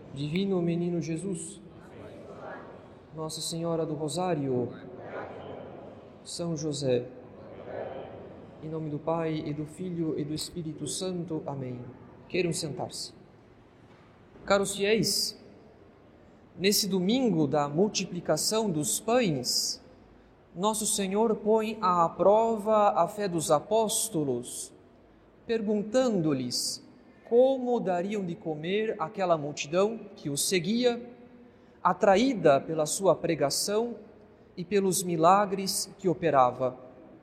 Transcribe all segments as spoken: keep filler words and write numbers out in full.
Divino Menino Jesus, Nossa Senhora do Rosário, São José, em nome do Pai, e do Filho, e do Espírito Santo. Amém. Queiram sentar-se. Caros fiéis, nesse domingo da multiplicação dos pães, Nosso Senhor põe à prova a fé dos apóstolos, perguntando-lhes como dariam de comer aquela multidão que o seguia, atraída pela sua pregação e pelos milagres que operava.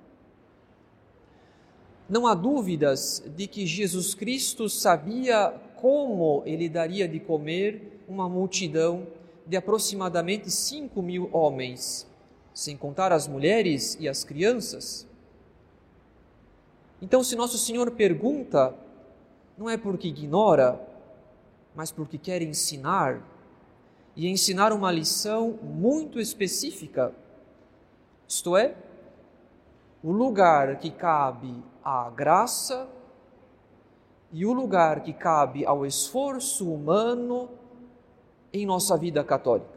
Não há dúvidas de que Jesus Cristo sabia como ele daria de comer uma multidão de aproximadamente cinco mil homens, sem contar as mulheres e as crianças. Então, se Nosso Senhor pergunta, não é porque ignora, mas porque quer ensinar, e ensinar uma lição muito específica, isto é, o lugar que cabe à graça e o lugar que cabe ao esforço humano em nossa vida católica.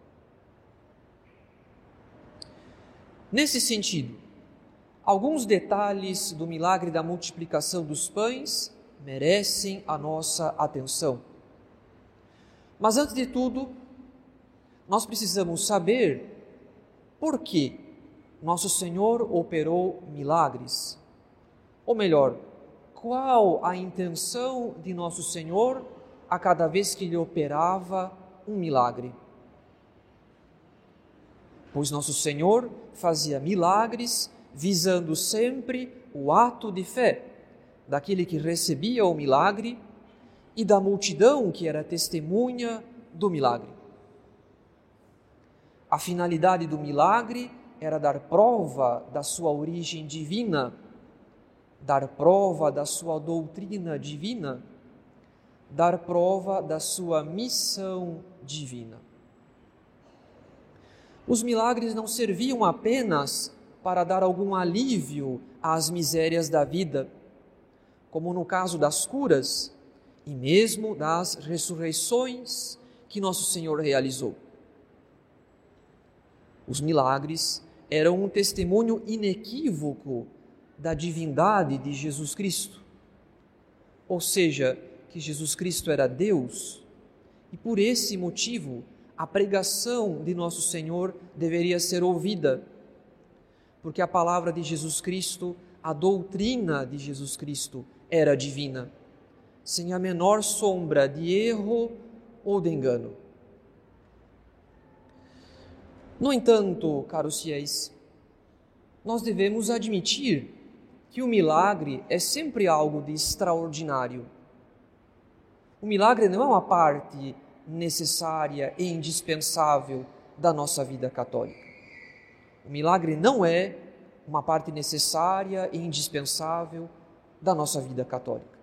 Nesse sentido, alguns detalhes do milagre da multiplicação dos pães merecem a nossa atenção. Mas antes de tudo, nós precisamos saber por que Nosso Senhor operou milagres. Ou melhor, qual a intenção de Nosso Senhor a cada vez que Ele operava um milagre? Pois Nosso Senhor fazia milagres visando sempre o ato de fé daquele que recebia o milagre e da multidão que era testemunha do milagre. A finalidade do milagre era dar prova da sua origem divina, dar prova da sua doutrina divina, dar prova da sua missão divina. Os milagres não serviam apenas para dar algum alívio às misérias da vida, como no caso das curas e mesmo das ressurreições que Nosso Senhor realizou. Os milagres eram um testemunho inequívoco da divindade de Jesus Cristo, ou seja, que Jesus Cristo era Deus, e por esse motivo a pregação de Nosso Senhor deveria ser ouvida, porque a palavra de Jesus Cristo, a doutrina de Jesus Cristo era divina, sem a menor sombra de erro ou de engano. No entanto, caros fiéis, nós devemos admitir que o milagre é sempre algo de extraordinário. O milagre não é uma parte necessária e indispensável da nossa vida católica. O milagre não é uma parte necessária e indispensável da nossa vida católica.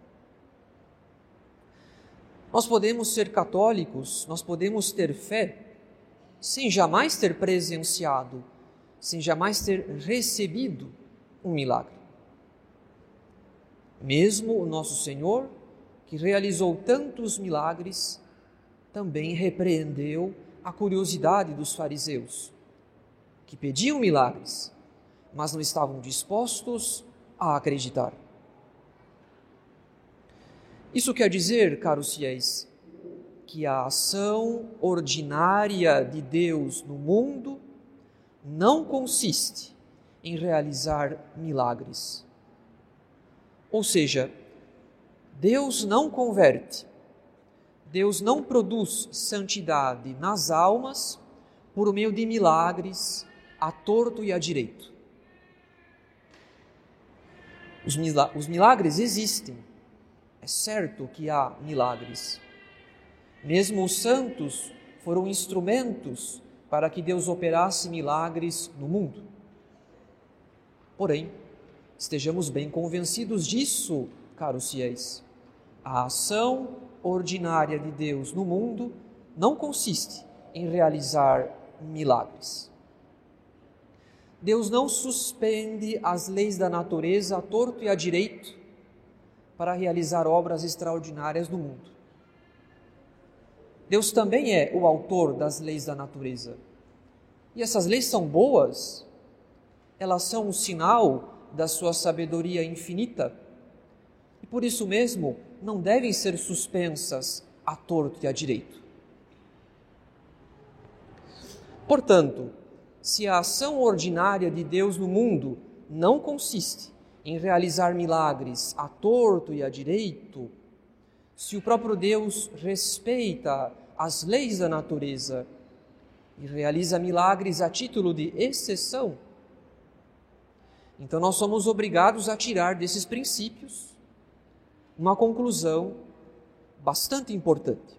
Nós podemos ser católicos, nós podemos ter fé, sem jamais ter presenciado, sem jamais ter recebido um milagre. Mesmo o Nosso Senhor, que realizou tantos milagres, também repreendeu a curiosidade dos fariseus, que pediam milagres, mas não estavam dispostos a acreditar. Isso quer dizer, caros fiéis, que a ação ordinária de Deus no mundo não consiste em realizar milagres. Ou seja, Deus não converte, Deus não produz santidade nas almas por meio de milagres à torto e à direito. Os milagres existem, é certo que há milagres. Mesmo os santos foram instrumentos para que Deus operasse milagres no mundo. Porém, estejamos bem convencidos disso, caros fiéis. A ação ordinária de Deus no mundo não consiste em realizar milagres. Deus não suspende as leis da natureza à torto e à direito para realizar obras extraordinárias no mundo. Deus também é o autor das leis da natureza. E essas leis são boas, elas são um sinal da sua sabedoria infinita, e por isso mesmo não devem ser suspensas à torto e à direito. Portanto, se a ação ordinária de Deus no mundo não consiste em realizar milagres à torto e à direito, se o próprio Deus respeita as leis da natureza e realiza milagres a título de exceção, então nós somos obrigados a tirar desses princípios uma conclusão bastante importante.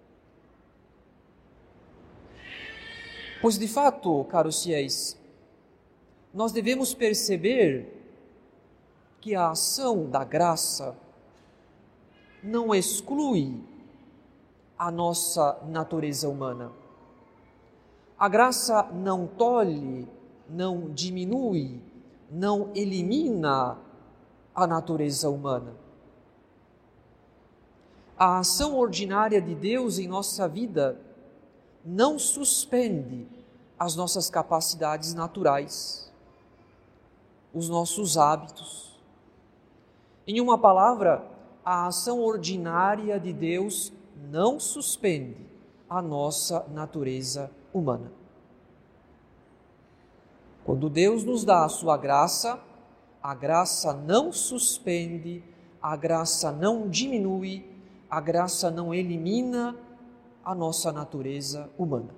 Pois de fato, caros fiéis, nós devemos perceber que a ação da graça não exclui a nossa natureza humana. A graça não tolhe, não diminui, não elimina a natureza humana. A ação ordinária de Deus em nossa vida não suspende as nossas capacidades naturais, os nossos hábitos. Em uma palavra, a ação ordinária de Deus não suspende a nossa natureza humana. Quando Deus nos dá a sua graça, a graça não suspende, a graça não diminui, a graça não elimina a nossa natureza humana.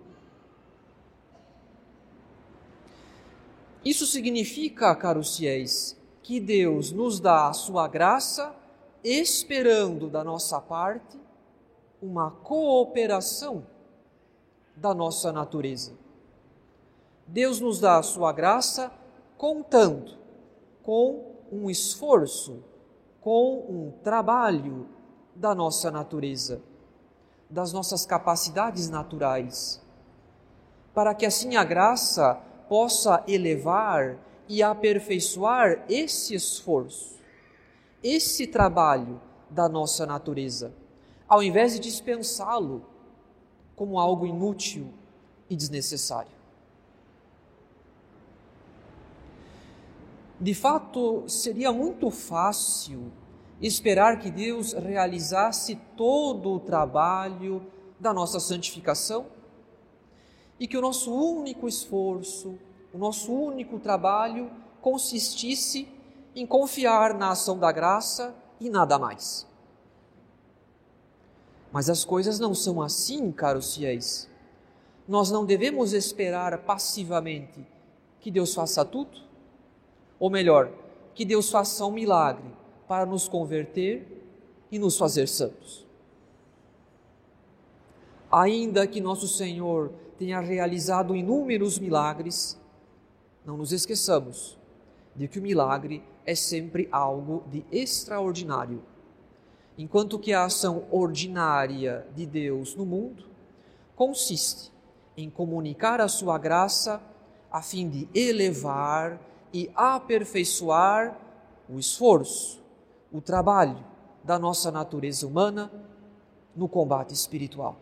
Isso significa, caros fiéis, que Deus nos dá a sua graça, esperando da nossa parte uma cooperação da nossa natureza. Deus nos dá a sua graça contando com um esforço, com um trabalho da nossa natureza, das nossas capacidades naturais, para que assim a graça possa elevar e aperfeiçoar esse esforço, esse trabalho da nossa natureza, ao invés de dispensá-lo como algo inútil e desnecessário. De fato, seria muito fácil esperar que Deus realizasse todo o trabalho da nossa santificação e que o nosso único esforço, o nosso único trabalho consistisse em confiar na ação da graça e nada mais. Mas as coisas não são assim, caros fiéis. Nós não devemos esperar passivamente que Deus faça tudo, ou melhor, que Deus faça um milagre para nos converter e nos fazer santos. Ainda que nosso Senhor tenha realizado inúmeros milagres, não nos esqueçamos de que o milagre é sempre algo de extraordinário, enquanto que a ação ordinária de Deus no mundo consiste em comunicar a sua graça a fim de elevar e aperfeiçoar o esforço, o trabalho da nossa natureza humana no combate espiritual.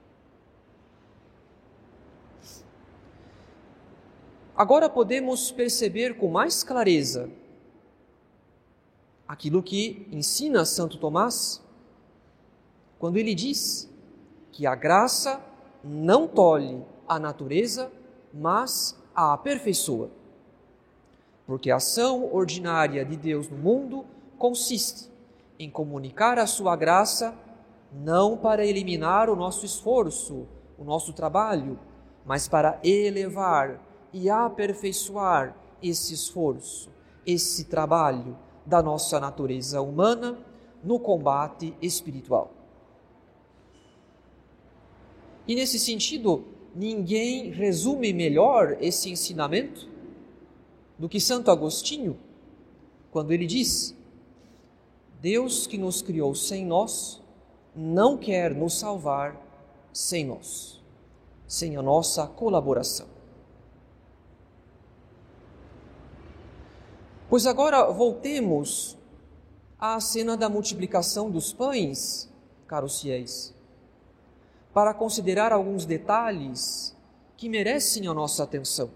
Agora podemos perceber com mais clareza aquilo que ensina Santo Tomás, quando ele diz que a graça não tolhe a natureza, mas a aperfeiçoa. Porque a ação ordinária de Deus no mundo consiste em comunicar a sua graça não para eliminar o nosso esforço, o nosso trabalho, mas para elevar e aperfeiçoar esse esforço, esse trabalho da nossa natureza humana no combate espiritual. E nesse sentido, ninguém resume melhor esse ensinamento do que Santo Agostinho, quando ele diz: Deus que nos criou sem nós, não quer nos salvar sem nós, sem a nossa colaboração. Pois agora voltemos à cena da multiplicação dos pães, caros fiéis. para considerar alguns detalhes que merecem a nossa atenção.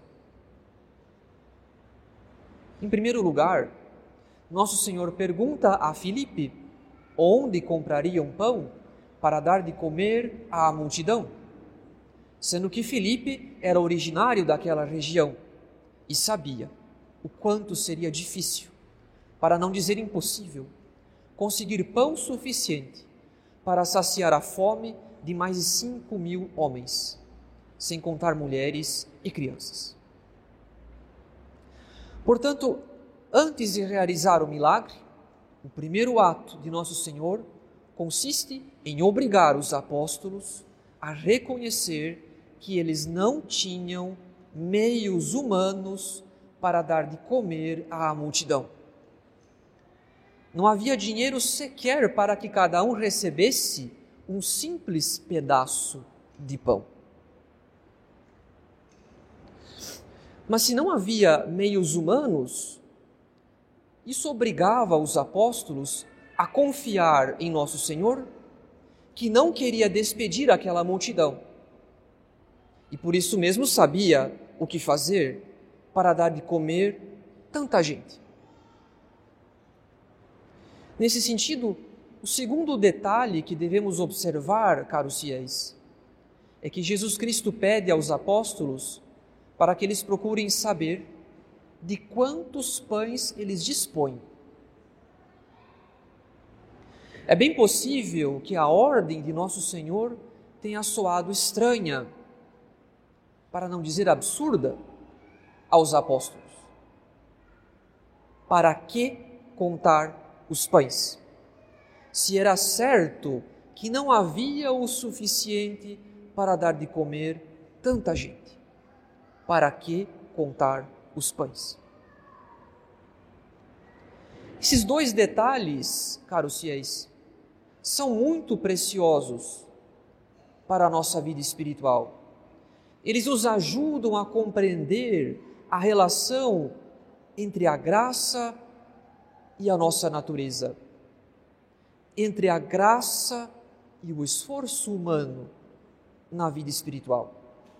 Em primeiro lugar, nosso Senhor pergunta a Filipe onde comprariam pão para dar de comer à multidão, sendo que Filipe era originário daquela região e sabia o quanto seria difícil, para não dizer impossível, conseguir pão suficiente para saciar a fome de mais de cinco mil homens, sem contar mulheres e crianças. Portanto, antes de realizar o milagre, o primeiro ato de Nosso Senhor consiste em obrigar os apóstolos a reconhecer que eles não tinham meios humanos para dar de comer à multidão. Não havia dinheiro sequer para que cada um recebesse um simples pedaço de pão. Mas se não havia meios humanos, isso obrigava os apóstolos a confiar em Nosso Senhor, que não queria despedir aquela multidão. E por isso mesmo sabia o que fazer para dar de comer tanta gente. Nesse sentido, o segundo detalhe que devemos observar, caros fiéis, é que Jesus Cristo pede aos apóstolos para que eles procurem saber de quantos pães eles dispõem. É bem possível que a ordem de Nosso Senhor tenha soado estranha, para não dizer absurda, aos apóstolos. Para que contar os pães? Se era certo que não havia o suficiente para dar de comer tanta gente. Para que contar os pães? Esses dois detalhes, caros fiéis, são muito preciosos para a nossa vida espiritual. Eles nos ajudam a compreender a relação entre a graça e a nossa natureza, entre a graça e o esforço humano na vida espiritual.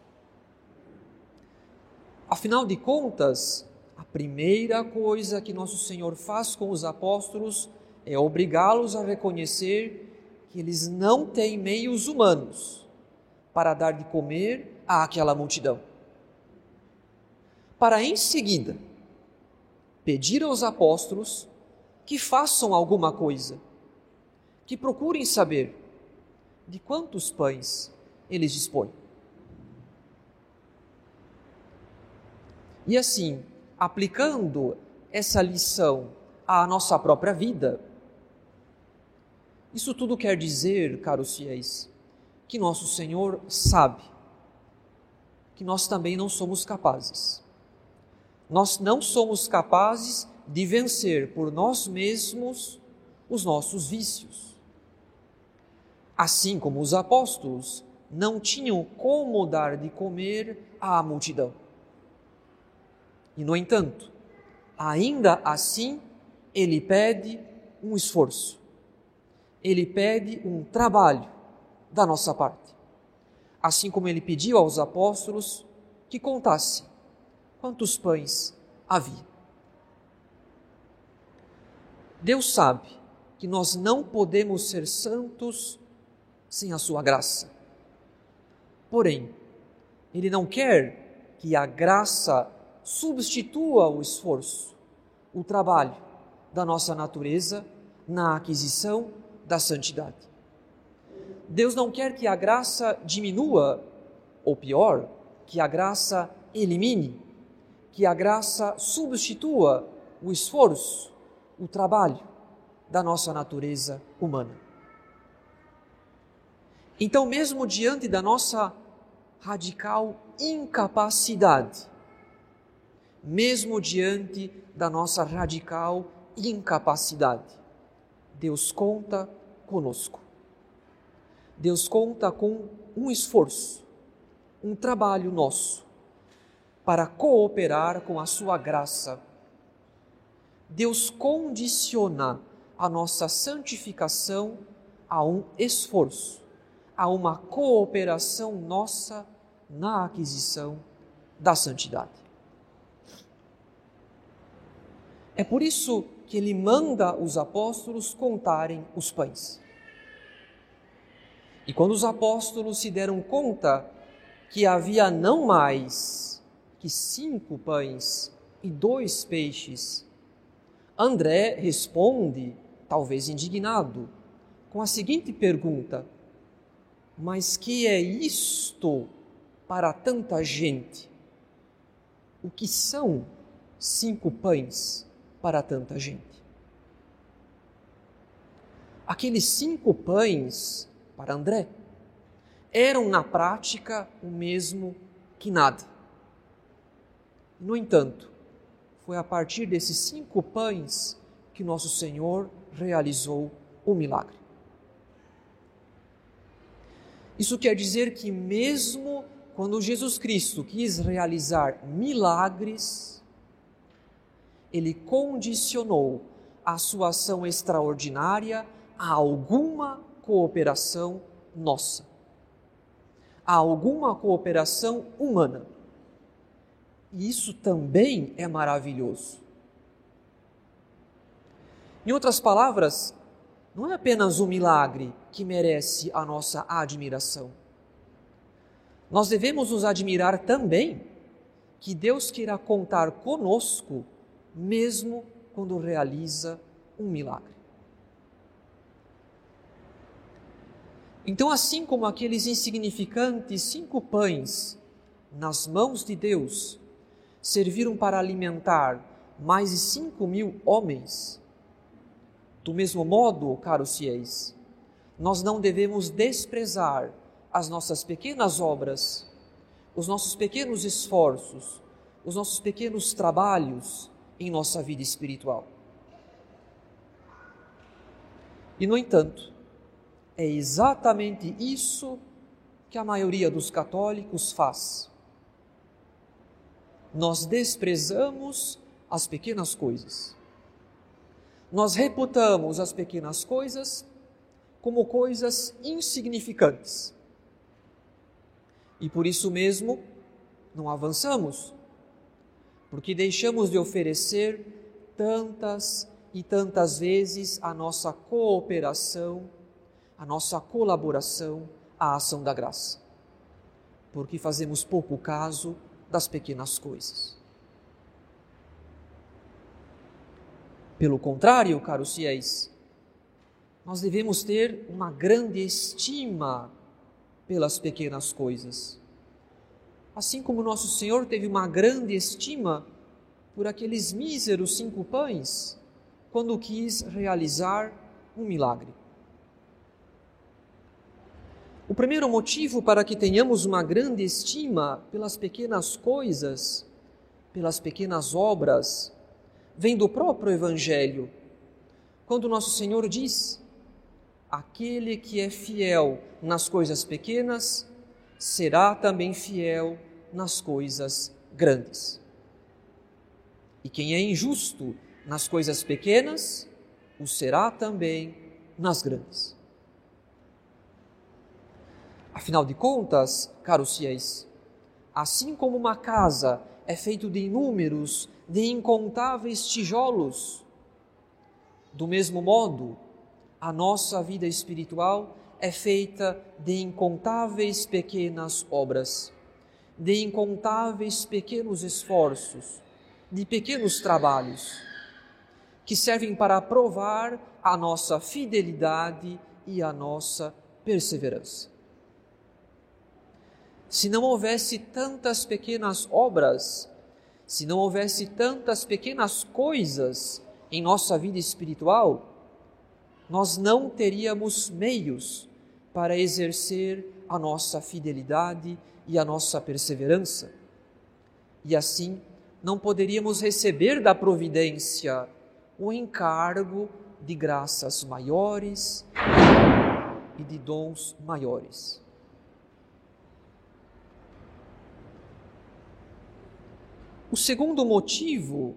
Afinal de contas, a primeira coisa que Nosso Senhor faz com os apóstolos é obrigá-los a reconhecer que eles não têm meios humanos para dar de comer àquela multidão. Para em seguida pedir aos apóstolos que façam alguma coisa, que procurem saber de quantos pães eles dispõem. E assim, aplicando essa lição à nossa própria vida, isso tudo quer dizer, caros fiéis, que Nosso Senhor sabe que nós também não somos capazes. Nós não somos capazes de vencer por nós mesmos os nossos vícios. Assim como os apóstolos não tinham como dar de comer à multidão. E, no entanto, ainda assim, ele pede um esforço. Ele pede um trabalho da nossa parte. Assim como ele pediu aos apóstolos que contassem quantos pães havia. Deus sabe que nós não podemos ser santos sem a sua graça. Porém, ele não quer que a graça substitua o esforço, o trabalho da nossa natureza na aquisição da santidade. Deus não quer que a graça diminua, ou pior, que a graça elimine, que a graça substitua o esforço, o trabalho da nossa natureza humana. Então, mesmo diante da nossa radical incapacidade, mesmo diante da nossa radical incapacidade, Deus conta conosco. Deus conta com um esforço, um trabalho nosso, para cooperar com a sua graça. Deus condiciona a nossa santificação a um esforço, a uma cooperação nossa na aquisição da santidade. É por isso que ele manda os apóstolos contarem os pães. E quando os apóstolos se deram conta que havia não mais que cinco pães e dois peixes, André responde, talvez indignado, com a seguinte pergunta: mas que é isto para tanta gente? O que são cinco pães para tanta gente? Aqueles cinco pães, para André, eram na prática o mesmo que nada. No entanto, foi a partir desses cinco pães que nosso Senhor realizou o milagre. Isso quer dizer que mesmo quando Jesus Cristo quis realizar milagres, ele condicionou a sua ação extraordinária a alguma cooperação nossa, a alguma cooperação humana. E isso também é maravilhoso. Em outras palavras, não é apenas um milagre que merece a nossa admiração. Nós devemos nos admirar também que Deus queira contar conosco, mesmo quando realiza um milagre. Então, assim como aqueles insignificantes cinco pães nas mãos de Deus serviram para alimentar mais de cinco mil homens, do mesmo modo, caros fiéis, nós não devemos desprezar as nossas pequenas obras, os nossos pequenos esforços, os nossos pequenos trabalhos em nossa vida espiritual. E, no entanto, é exatamente isso que a maioria dos católicos faz. Nós desprezamos as pequenas coisas. Nós reputamos as pequenas coisas como coisas insignificantes. E por isso mesmo não avançamos, porque deixamos de oferecer tantas e tantas vezes a nossa cooperação, a nossa colaboração à ação da graça, porque fazemos pouco caso das pequenas coisas. Pelo contrário, caros fiéis, nós devemos ter uma grande estima pelas pequenas coisas. Assim como nosso Senhor teve uma grande estima por aqueles míseros cinco pães, quando quis realizar um milagre. O primeiro motivo para que tenhamos uma grande estima pelas pequenas coisas, pelas pequenas obras, vem do próprio Evangelho, quando nosso Senhor diz: aquele que é fiel nas coisas pequenas, será também fiel nas coisas grandes. E quem é injusto nas coisas pequenas, o será também nas grandes. Afinal de contas, caros fiéis, assim como uma casa é feita de inúmeros, de incontáveis tijolos, do mesmo modo, a nossa vida espiritual é feita de incontáveis pequenas obras, de incontáveis pequenos esforços, de pequenos trabalhos, que servem para provar a nossa fidelidade e a nossa perseverança. Se não houvesse tantas pequenas obras, se não houvesse tantas pequenas coisas em nossa vida espiritual, nós não teríamos meios para exercer a nossa fidelidade e a nossa perseverança. E assim, não poderíamos receber da providência o encargo de graças maiores e de dons maiores. O segundo motivo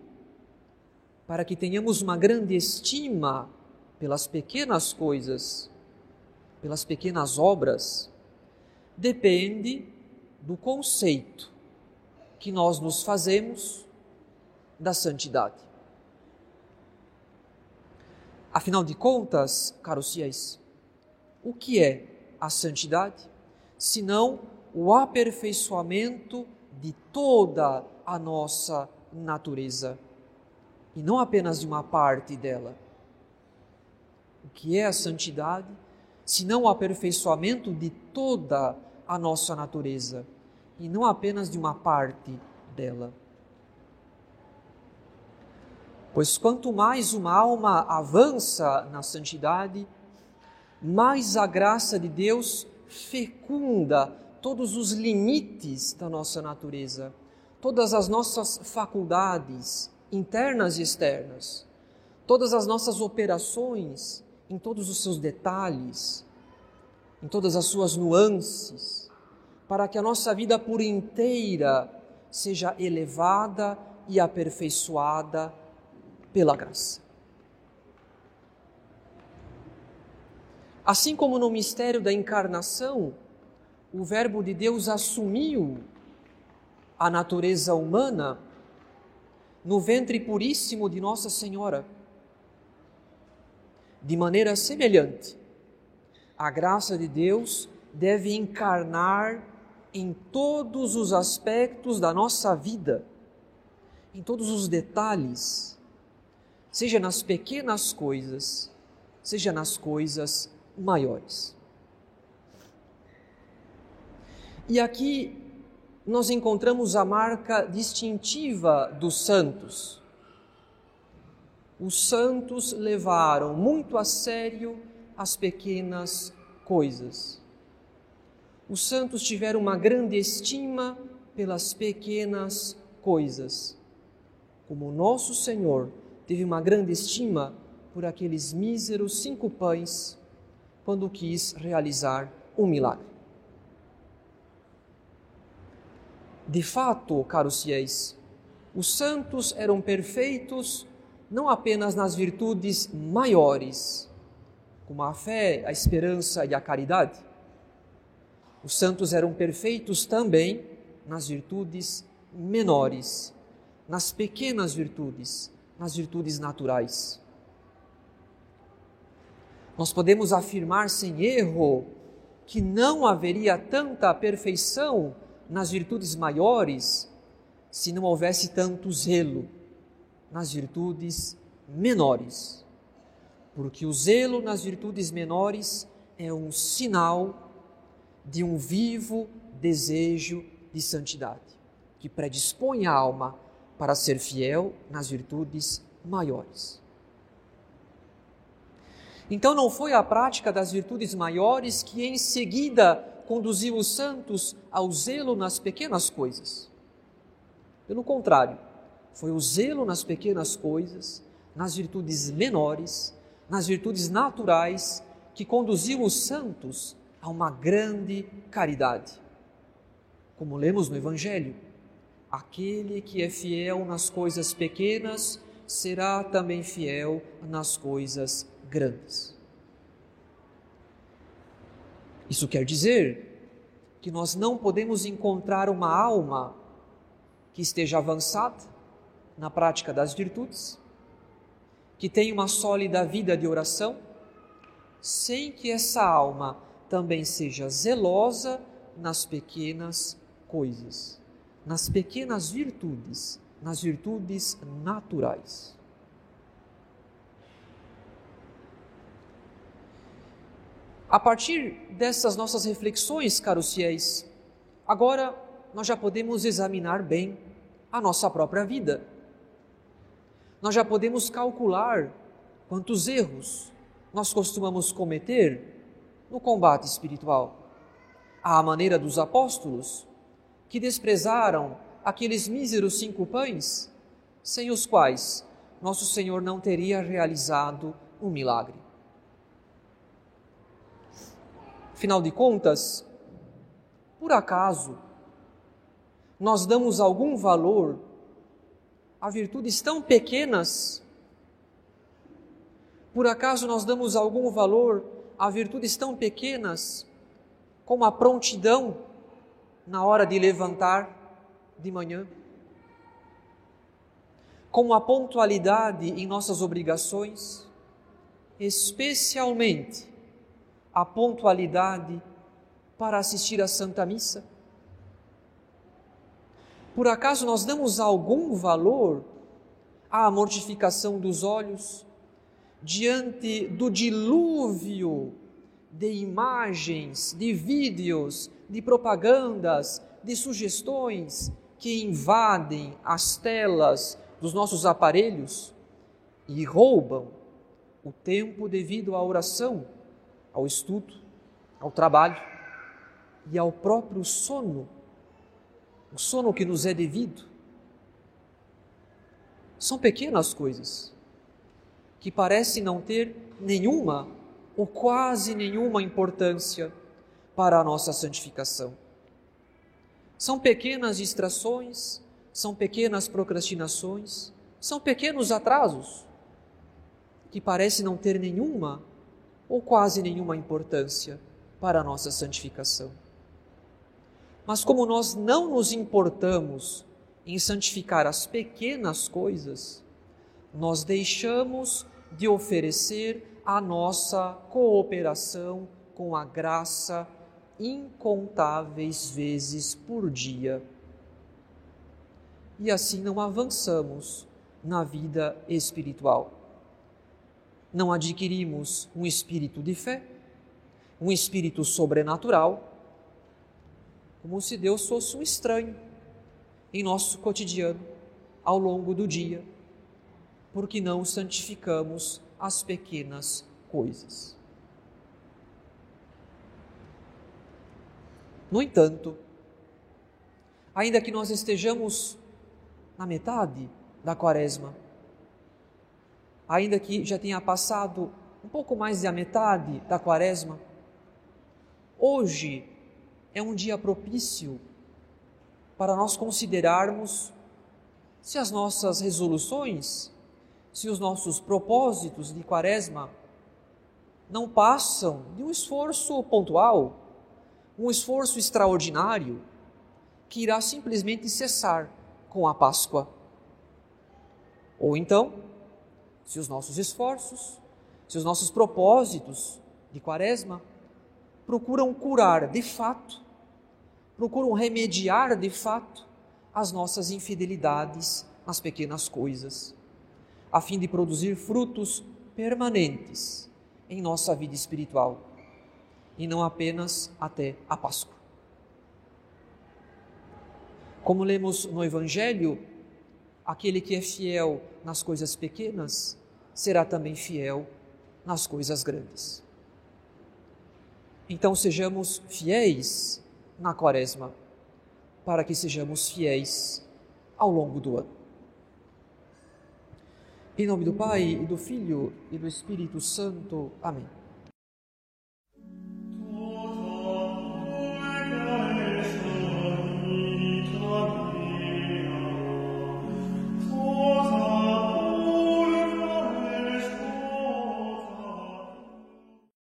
para que tenhamos uma grande estima pelas pequenas coisas pelas pequenas obras, depende do conceito que nós nos fazemos da santidade. Afinal de contas, caros fiéis, o que é a santidade, senão o aperfeiçoamento de toda a nossa natureza, e não apenas de uma parte dela. O que é a santidade, senão o aperfeiçoamento de toda a nossa natureza, e não apenas de uma parte dela. Pois quanto mais uma alma avança na santidade, mais a graça de Deus fecunda todos os limites da nossa natureza, todas as nossas faculdades internas e externas, todas as nossas operações em todos os seus detalhes, em todas as suas nuances, para que a nossa vida por inteira seja elevada e aperfeiçoada pela graça. Assim como no mistério da encarnação, o Verbo de Deus assumiu a natureza humana no ventre puríssimo de Nossa Senhora. De maneira semelhante, a graça de Deus deve encarnar em todos os aspectos da nossa vida, em todos os detalhes, seja nas pequenas coisas, seja nas coisas maiores. E aqui nós encontramos a marca distintiva dos santos. Os santos levaram muito a sério as pequenas coisas. Os santos tiveram uma grande estima pelas pequenas coisas, como o nosso Senhor teve uma grande estima por aqueles míseros cinco pães quando quis realizar um milagre. De fato, caros fiéis, os santos eram perfeitos não apenas nas virtudes maiores, como a fé, a esperança e a caridade. Os santos eram perfeitos também nas virtudes menores, nas pequenas virtudes, nas virtudes naturais. Nós podemos afirmar sem erro que não haveria tanta perfeição nas virtudes maiores se não houvesse tanto zelo nas virtudes menores. Porque o zelo nas virtudes menores é um sinal de um vivo desejo de santidade, que predispõe a alma para ser fiel nas virtudes maiores. Então não foi a prática das virtudes maiores que em seguida conduziu os santos ao zelo nas pequenas coisas. Pelo contrário, foi o zelo nas pequenas coisas, nas virtudes menores, nas virtudes naturais, que conduziu os santos a uma grande caridade. Como lemos no Evangelho, aquele que é fiel nas coisas pequenas será também fiel nas coisas grandes. Isso quer dizer que nós não podemos encontrar uma alma que esteja avançada na prática das virtudes, que tenha uma sólida vida de oração, sem que essa alma também seja zelosa nas pequenas coisas, nas pequenas virtudes, nas virtudes naturais. A partir dessas nossas reflexões, caros fiéis, agora nós já podemos examinar bem a nossa própria vida. Nós já podemos calcular quantos erros nós costumamos cometer no combate espiritual, à maneira dos apóstolos, que desprezaram aqueles míseros cinco pães, sem os quais nosso Senhor não teria realizado um milagre. Afinal de contas, por acaso, nós damos algum valor a virtudes tão pequenas? Por acaso nós damos algum valor a virtudes tão pequenas como a prontidão na hora de levantar de manhã, como a pontualidade em nossas obrigações, especialmente a pontualidade para assistir à Santa Missa. Por acaso nós damos algum valor à mortificação dos olhos diante do dilúvio de imagens, de vídeos, de propagandas, de sugestões que invadem as telas dos nossos aparelhos e roubam o tempo devido à oração, ao estudo, ao trabalho e ao próprio sono, o sono que nos é devido? São pequenas coisas que parecem não ter nenhuma ou quase nenhuma importância para a nossa santificação. São pequenas distrações, são pequenas procrastinações, são pequenos atrasos que parecem não ter nenhuma ou quase nenhuma importância para a nossa santificação. Mas como nós não nos importamos em santificar as pequenas coisas, nós deixamos de oferecer a nossa cooperação com a graça incontáveis vezes por dia. E assim não avançamos na vida espiritual. Não adquirimos um espírito de fé, um espírito sobrenatural, como se Deus fosse um estranho em nosso cotidiano, ao longo do dia, porque não santificamos as pequenas coisas. No entanto, ainda que nós estejamos na metade da Quaresma, ainda que já tenha passado um pouco mais da metade da Quaresma, hoje é um dia propício para nós considerarmos se as nossas resoluções, se os nossos propósitos de Quaresma não passam de um esforço pontual, um esforço extraordinário, que irá simplesmente cessar com a Páscoa. Ou então, se os nossos esforços, se os nossos propósitos de Quaresma procuram curar de fato, procuram remediar de fato as nossas infidelidades nas pequenas coisas, a fim de produzir frutos permanentes em nossa vida espiritual, e não apenas até a Páscoa. Como lemos no Evangelho, aquele que é fiel nas coisas pequenas será também fiel nas coisas grandes. Então sejamos fiéis na Quaresma, para que sejamos fiéis ao longo do ano. Em nome do Pai, e do Filho, e do Espírito Santo. Amém.